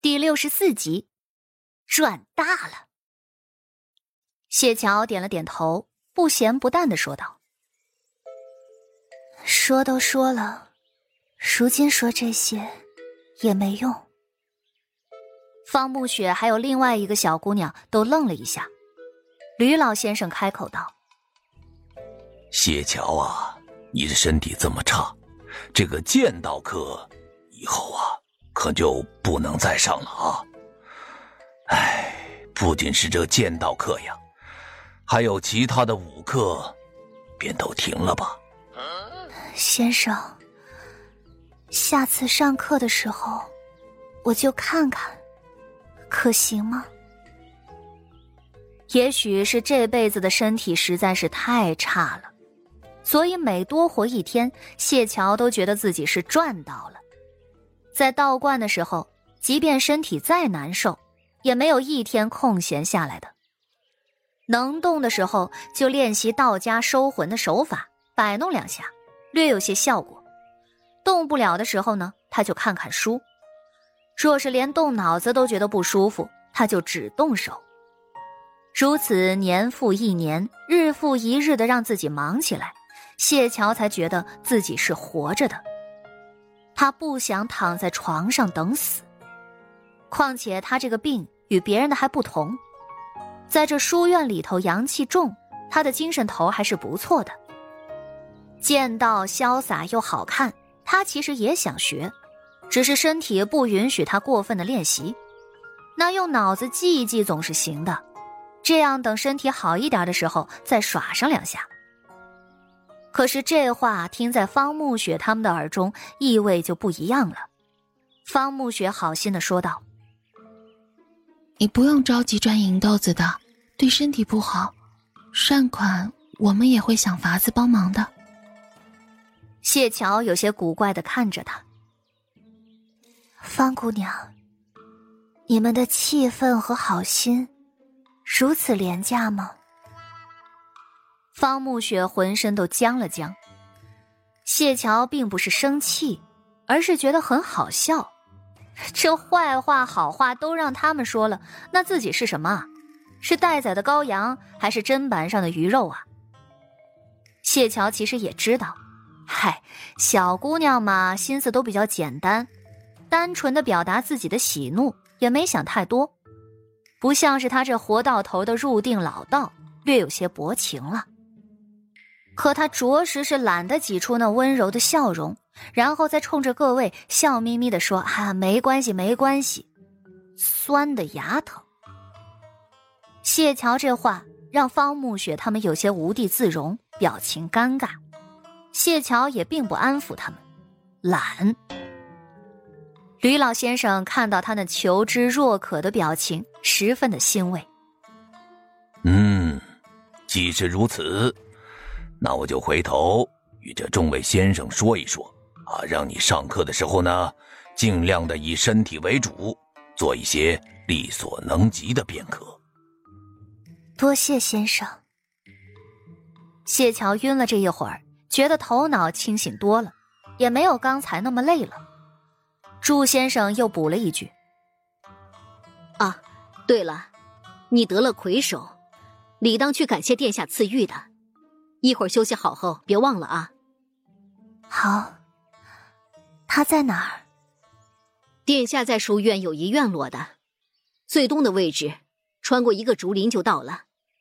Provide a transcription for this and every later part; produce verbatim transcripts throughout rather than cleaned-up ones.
第六十四集，赚大了。谢桥点了点头，不咸不淡地说道： 说都说了，如今说这些也没用。 方慕雪还有另外一个小姑娘都愣了一下。吕老先生开口道： 谢桥啊，你的身体这么差，这个剑道课以后啊可就不能再上了啊。唉，不仅是这剑道课呀，还有其他的武课便都停了吧。 先生，下次上课的时候我就看看，可行吗？ 也许是这辈子的身体实在是太差了，所以每多活一天，谢桥都觉得自己是赚到了。在道观的时候，即便身体再难受，也没有一天空闲下来的。能动的时候就练习道家收魂的手法，摆弄两下，略有些效果。动不了的时候呢，他就看看书。若是连动脑子都觉得不舒服，他就只动手。如此年复一年，日复一日的让自己忙起来，谢桥才觉得自己是活着的。他不想躺在床上等死，况且他这个病与别人的还不同，在这书院里头阳气重，他的精神头还是不错的。剑道潇洒又好看，他其实也想学，只是身体不允许他过分的练习。那用脑子记一记总是行的，这样等身体好一点的时候再耍上两下。可是这话听在方慕雪他们的耳中，意味就不一样了。方慕雪好心地说道： 你不用着急赚银豆子的，对身体不好，善款我们也会想法子帮忙的。 谢桥有些古怪地看着他： 方姑娘，你们的气氛和好心如此廉价吗？ 方慕雪浑身都僵了僵。谢桥并不是生气，而是觉得很好笑。这坏话好话都让他们说了，那自己是什么啊？是待宰的羔羊，还是砧板上的鱼肉啊？谢桥其实也知道，嗨，小姑娘嘛，心思都比较简单，单纯的表达自己的喜怒，也没想太多，不像是他这活到头的入定老道，略有些薄情了。可他着实是懒得挤出那温柔的笑容，然后再冲着各位笑眯眯地说：啊，没关系没关系，酸的牙疼。谢桥这话让方慕雪他们有些无地自容，表情尴尬。谢桥也并不安抚他们，懒。吕老先生看到他那求知若渴的表情，十分的欣慰。 嗯，既是如此，那我就回头与这众位先生说一说啊，让你上课的时候呢，尽量的以身体为主，做一些力所能及的便可。 多谢先生。 谢桥晕了这一会儿，觉得头脑清醒多了，也没有刚才那么累了。祝先生又补了一句： 啊，对了，你得了魁首，理当去感谢殿下赐予的，一会儿休息好后别忘了啊。 好。他在哪儿？ 殿下在书院有一院落的，最东的位置，穿过一个竹林就到了。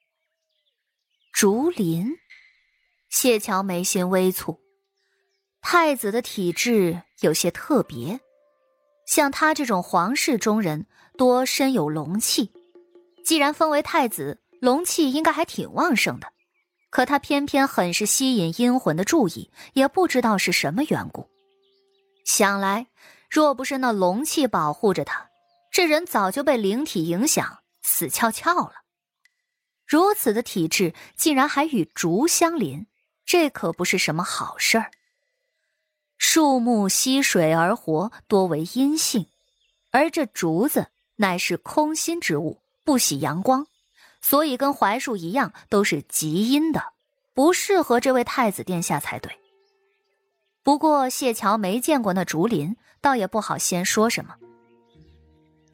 竹林？谢桥眉心微蹙。太子的体质有些特别，像他这种皇室中人多身有龙气，既然封为太子，龙气应该还挺旺盛的，可他偏偏很是吸引阴魂的注意，也不知道是什么缘故。想来若不是那龙气保护着他，这人早就被灵体影响死翘翘了。如此的体质竟然还与竹相邻，这可不是什么好事儿。树木吸水而活，多为阴性，而这竹子乃是空心之物，不喜阳光，所以跟槐树一样都是极阴的，不适合这位太子殿下才对。不过谢桥没见过那竹林，倒也不好先说什么。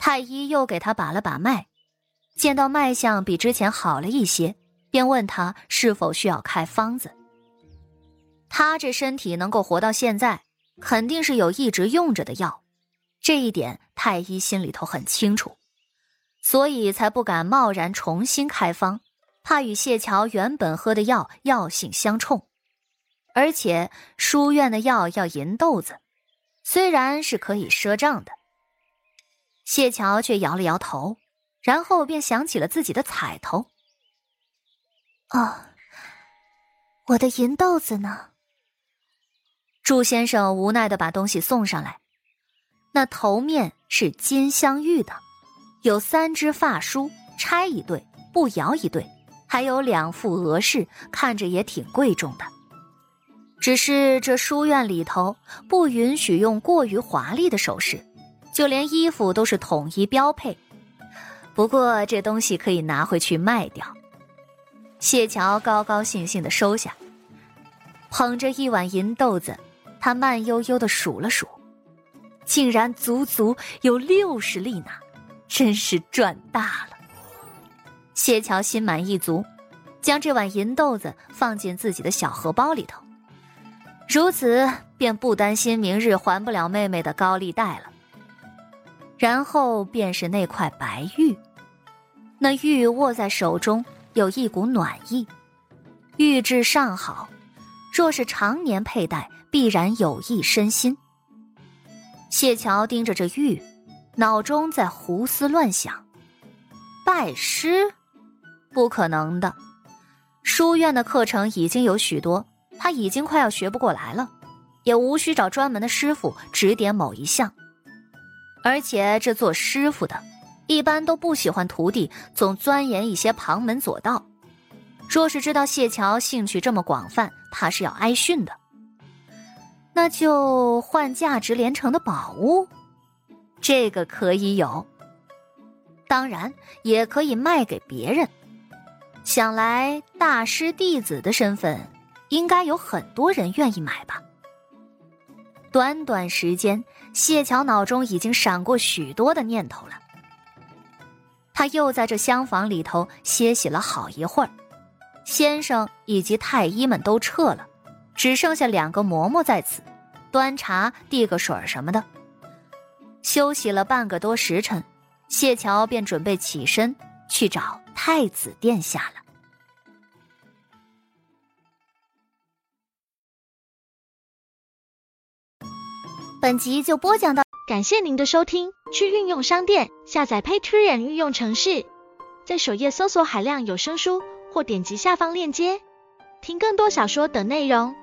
太医又给他把了把脉，见到脉象比之前好了一些，便问他是否需要开方子。他这身体能够活到现在，肯定是有一直用着的药，这一点太医心里头很清楚，所以才不敢贸然重新开方，怕与谢桥原本喝的药药性相冲。而且书院的药要银豆子，虽然是可以赊账的。谢桥却摇了摇头，然后便想起了自己的彩头。 哦，我的银豆子呢？ 祝先生无奈地把东西送上来，那头面是金镶玉的，有三只发梳，钗一对，步摇一对，还有两副额饰，看着也挺贵重的。只是这书院里头不允许用过于华丽的首饰，就连衣服都是统一标配。不过这东西可以拿回去卖掉。谢桥高高兴兴地收下，捧着一碗银豆子，他慢悠悠地数了数，竟然足足有六十粒呢，真是赚大了。谢桥心满意足，将这碗银豆子放进自己的小荷包里头，如此便不担心明日还不了妹妹的高利贷了。然后便是那块白玉，那玉握在手中有一股暖意，玉质尚好，若是常年佩戴，必然有益身心。谢桥盯着这玉，脑中在胡思乱想，拜师？不可能的，书院的课程已经有许多，他已经快要学不过来了，也无需找专门的师傅指点某一项。而且这做师傅的一般都不喜欢徒弟总钻研一些旁门左道，若是知道谢桥兴趣这么广泛，怕是要挨训的。那就换价值连城的宝物，这个可以有，当然也可以卖给别人。想来大师弟子的身份，应该有很多人愿意买吧。短短时间，谢桥脑中已经闪过许多的念头了。他又在这厢房里头歇息了好一会儿，先生以及太医们都撤了，只剩下两个嬷嬷在此，端茶递个水什么的。休息了半个多时辰，谢桥便准备起身去找太子殿下了。 本集就播讲到， 感谢您的收听。去运用商店下载 Patreon 运用程式，在首页搜索海量有声书，或点击下方链接听更多小说等内容。